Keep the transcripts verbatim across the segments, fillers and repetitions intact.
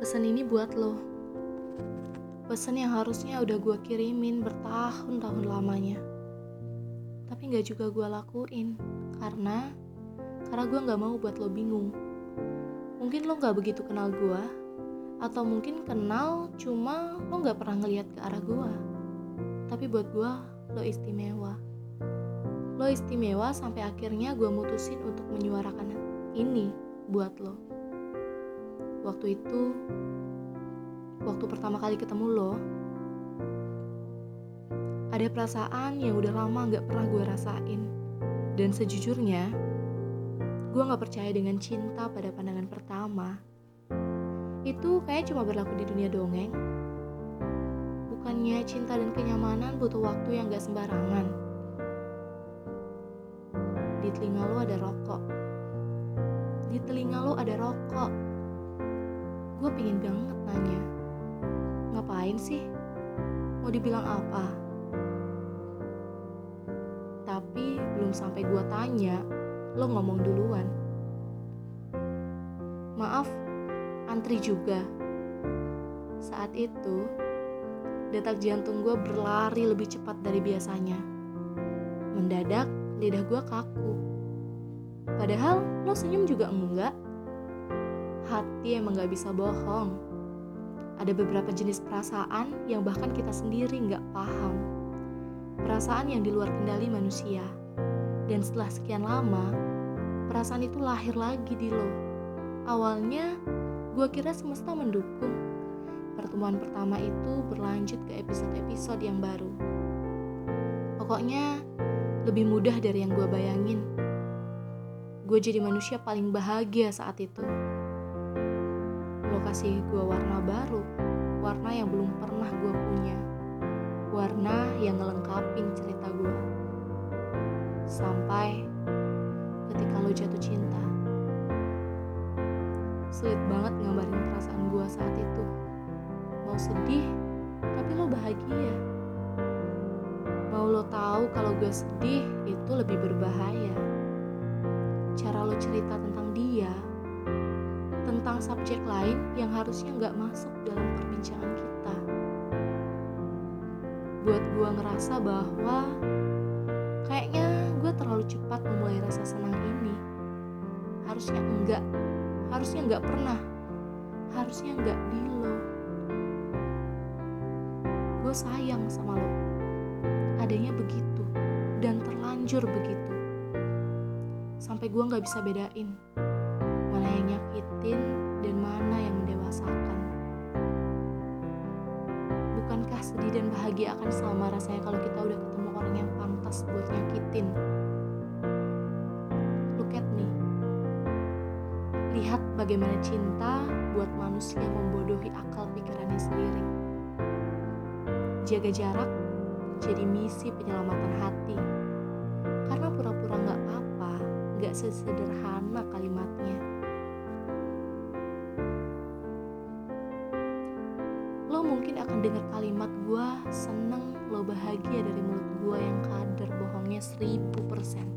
Pesan ini buat lo. Pesan yang harusnya udah gue kirimin bertahun-tahun lamanya. Tapi gak juga gue lakuin. Karena Karena gue gak mau buat lo bingung. Mungkin lo gak begitu kenal gue, atau mungkin kenal cuma lo gak pernah ngeliat ke arah gue. Tapi buat gue, lo istimewa. Lo istimewa sampai akhirnya gue mutusin untuk menyuarakan ini buat lo. Waktu itu, waktu pertama kali ketemu lo, ada perasaan yang udah lama gak pernah gue rasain. Dan sejujurnya, gue gak percaya dengan cinta pada pandangan pertama. Itu kayak cuma berlaku di dunia dongeng. Bukannya cinta dan kenyamanan butuh waktu yang gak sembarangan. Di telinga lo ada rokok. Di telinga lo ada rokok. Gue pengen banget nanya, ngapain sih? Mau dibilang apa? Tapi belum sampai gue tanya, lo ngomong duluan. Maaf, antri juga. Saat itu, detak jantung gue berlari lebih cepat dari biasanya. Mendadak, lidah gue kaku. Padahal lo senyum juga enggak. Hati emang gak bisa bohong. Ada beberapa jenis perasaan yang bahkan kita sendiri gak paham. Perasaan yang di luar kendali manusia. Dan setelah sekian lama, perasaan itu lahir lagi di lo. Awalnya, gue kira semesta mendukung. Pertemuan pertama itu berlanjut ke episode-episode yang baru. Pokoknya, lebih mudah dari yang gue bayangin. Gue jadi manusia paling bahagia saat itu. Lo kasih gue warna baru, warna yang belum pernah gue punya. Warna yang ngelengkapin cerita gue. Sampai ketika lo jatuh cinta. Sulit banget ngambarin perasaan gue saat itu. Mau sedih, tapi lo bahagia. Mau lo tahu kalau gue sedih itu lebih berbahaya. Cara lo cerita tentang dia, tentang subjek lain yang harusnya gak masuk dalam perbincangan kita. Buat gue ngerasa bahwa kayaknya gue terlalu cepat memulai rasa senang ini. Harusnya enggak, harusnya enggak pernah, harusnya enggak di lo. Gue sayang sama lo, adanya begitu dan terlanjur begitu. Sampai gue gak bisa bedain mana yang nyakitin dan mana yang mendewasakan. Bukankah sedih dan bahagia akan sama rasanya kalau kita udah ketemu orang yang pantas buat nyakitin? Look at me. Lihat bagaimana cinta buat manusia membodohi akal pikirannya sendiri. Jaga jarak jadi misi penyelamatan hati. Karena pura-pura gak apa, gak sesederhana kalimatnya. Lo mungkin akan dengar kalimat gue seneng, lo bahagia dari mulut gue yang kadar bohongnya seribu persen.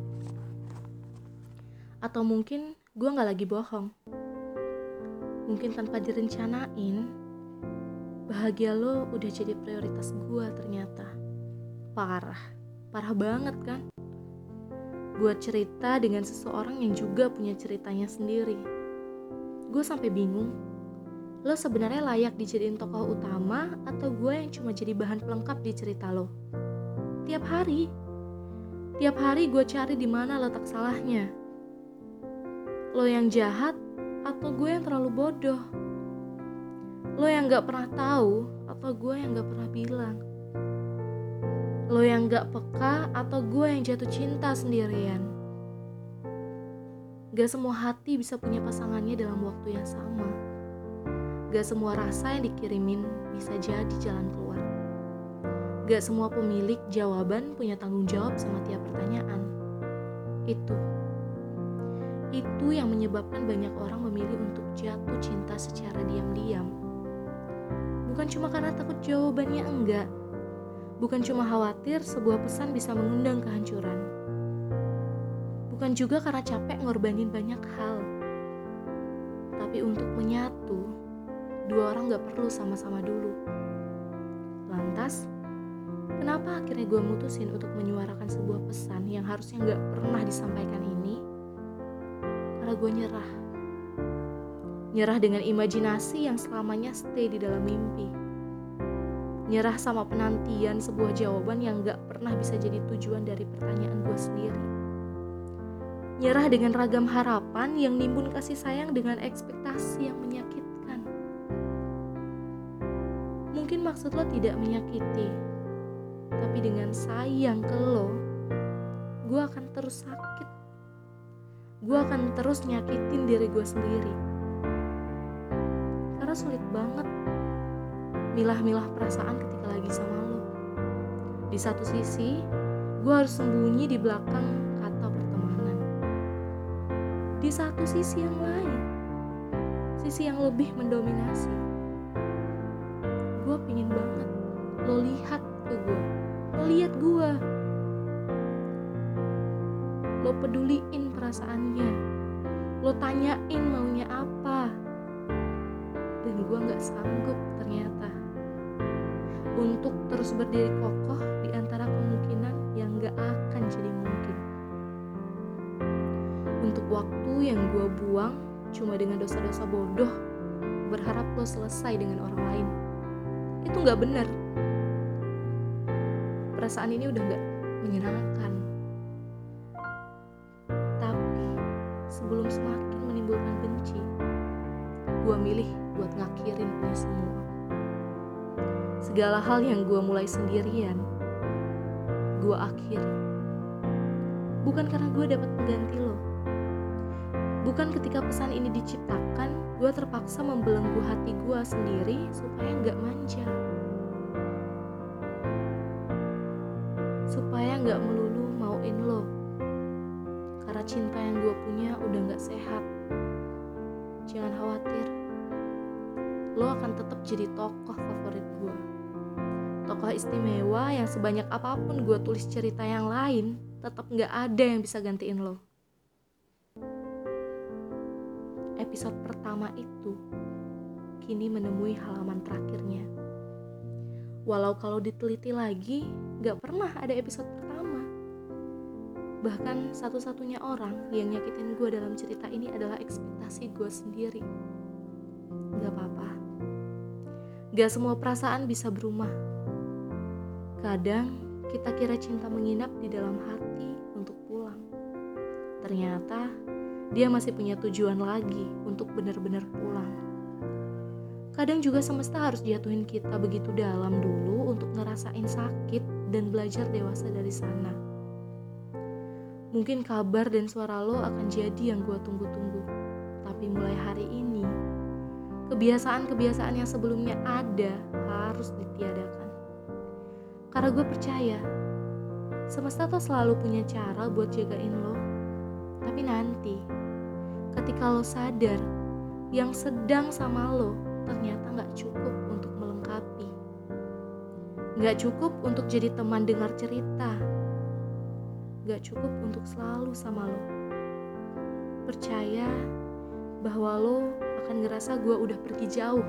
Atau mungkin gue gak lagi bohong. Mungkin tanpa direncanain, bahagia lo udah jadi prioritas gue ternyata. Parah, parah banget kan? Buat cerita dengan seseorang yang juga punya ceritanya sendiri. Gue sampai bingung, lo sebenarnya layak dijadiin tokoh utama atau gue yang cuma jadi bahan pelengkap di cerita lo? Tiap hari, tiap hari gue cari di mana letak salahnya. Lo yang jahat atau gue yang terlalu bodoh? Lo yang gak pernah tahu atau gue yang gak pernah bilang? Lo yang gak peka atau gue yang jatuh cinta sendirian? Gak semua hati bisa punya pasangannya dalam waktu yang sama. Gak semua rasa yang dikirimin bisa jadi jalan keluar. Gak semua pemilik jawaban punya tanggung jawab sama tiap pertanyaan. Itu Itu yang menyebabkan banyak orang memilih untuk jatuh cinta secara diam-diam. Bukan cuma karena takut jawabannya enggak. Bukan cuma khawatir sebuah pesan bisa mengundang kehancuran. Bukan juga karena capek ngorbanin banyak hal. Tapi untuk menyatu dua orang gak perlu sama-sama dulu. Lantas, kenapa akhirnya gue mutusin untuk menyuarakan sebuah pesan yang harusnya gak pernah disampaikan ini? Karena gue nyerah. Nyerah dengan imajinasi yang selamanya stay di dalam mimpi. Nyerah sama penantian sebuah jawaban yang gak pernah bisa jadi tujuan dari pertanyaan gue sendiri. Nyerah dengan ragam harapan yang nimbun kasih sayang dengan ekspektasi yang menyakitkan. Mungkin maksud lo tidak menyakiti, tapi dengan sayang ke lo, gue akan terus sakit. Gue akan terus nyakitin diri gue sendiri. Karena sulit banget milah-milah perasaan ketika lagi sama lo. Di satu sisi, gue harus sembunyi di belakang kata pertemanan. Di satu sisi yang lain, sisi yang lebih mendominasi, gue pingin banget lo lihat ke gue, lo lihat gue, lo peduliin perasaannya, lo tanyain maunya apa. Dan gue gak sanggup ternyata untuk terus berdiri kokoh di antara kemungkinan yang gak akan jadi mungkin. Untuk waktu yang gue buang cuma dengan dosa-dosa bodoh, berharap lo selesai dengan orang lain. Itu gak benar. Perasaan ini udah gak menyenangkan. Tapi sebelum semakin menimbulkan benci, gue milih buat ngakhirin ini semua. Segala hal yang gue mulai sendirian, gue akhiri. Bukan karena gue dapat pengganti lo. Bukan ketika pesan ini diciptakan, gue terpaksa membelenggu hati gue sendiri supaya gak manja. Supaya gak melulu mauin lo. Karena cinta yang gue punya udah gak sehat. Jangan khawatir, lo akan tetap jadi tokoh favorit gue. Tokoh istimewa yang sebanyak apapun gue tulis cerita yang lain, tetap gak ada yang bisa gantiin lo. Episode pertama itu kini menemui halaman terakhirnya. Walau kalau diteliti lagi, gak pernah ada episode pertama. Bahkan satu-satunya orang yang nyakitin gue dalam cerita ini adalah ekspektasi gue sendiri. Gak apa-apa. Gak semua perasaan bisa berumah. Kadang kita kira cinta menginap di dalam hati untuk pulang. Ternyata dia masih punya tujuan lagi untuk benar-benar pulang. Kadang juga semesta harus jatuhin kita begitu dalam dulu untuk ngerasain sakit dan belajar dewasa dari sana. Mungkin kabar dan suara lo akan jadi yang gue tunggu-tunggu. Tapi mulai hari ini, kebiasaan-kebiasaan yang sebelumnya ada harus ditiadakan. Karena gue percaya, semesta tuh selalu punya cara buat jagain lo. Tapi nanti, ketika lo sadar, yang sedang sama lo ternyata gak cukup untuk melengkapi. Gak cukup untuk jadi teman dengar cerita. Gak cukup untuk selalu sama lo. Percaya bahwa lo akan ngerasa gue udah pergi jauh.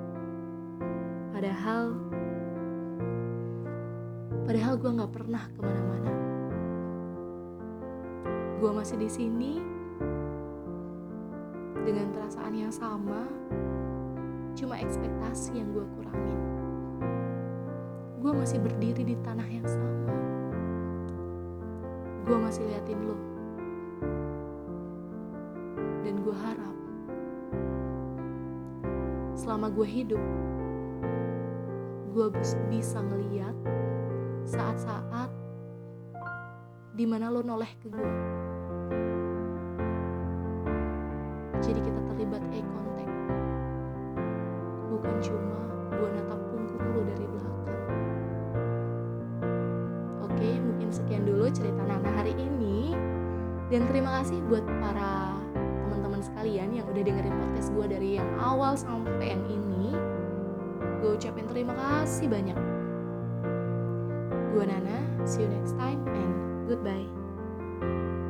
Padahal Padahal gue gak pernah kemana-mana. Gue masih di sini dengan perasaan yang sama, cuma ekspektasi yang gue kurangin. Gue masih berdiri di tanah yang sama. Gue masih liatin lo. Dan gue harap selama gue hidup, gue bisa ngeliat saat-saat dimana lo noleh ke gue. Jadi kita terlibat eye contact. Bukan cuma gue natap punggung lo dari belakang. Oke, mungkin sekian dulu cerita Nana hari ini. Dan terima kasih buat para teman-teman sekalian yang udah dengerin podcast gue dari yang awal sampai yang ini. Gue ucapin terima kasih banyak. Gue Nana, see you next time and goodbye.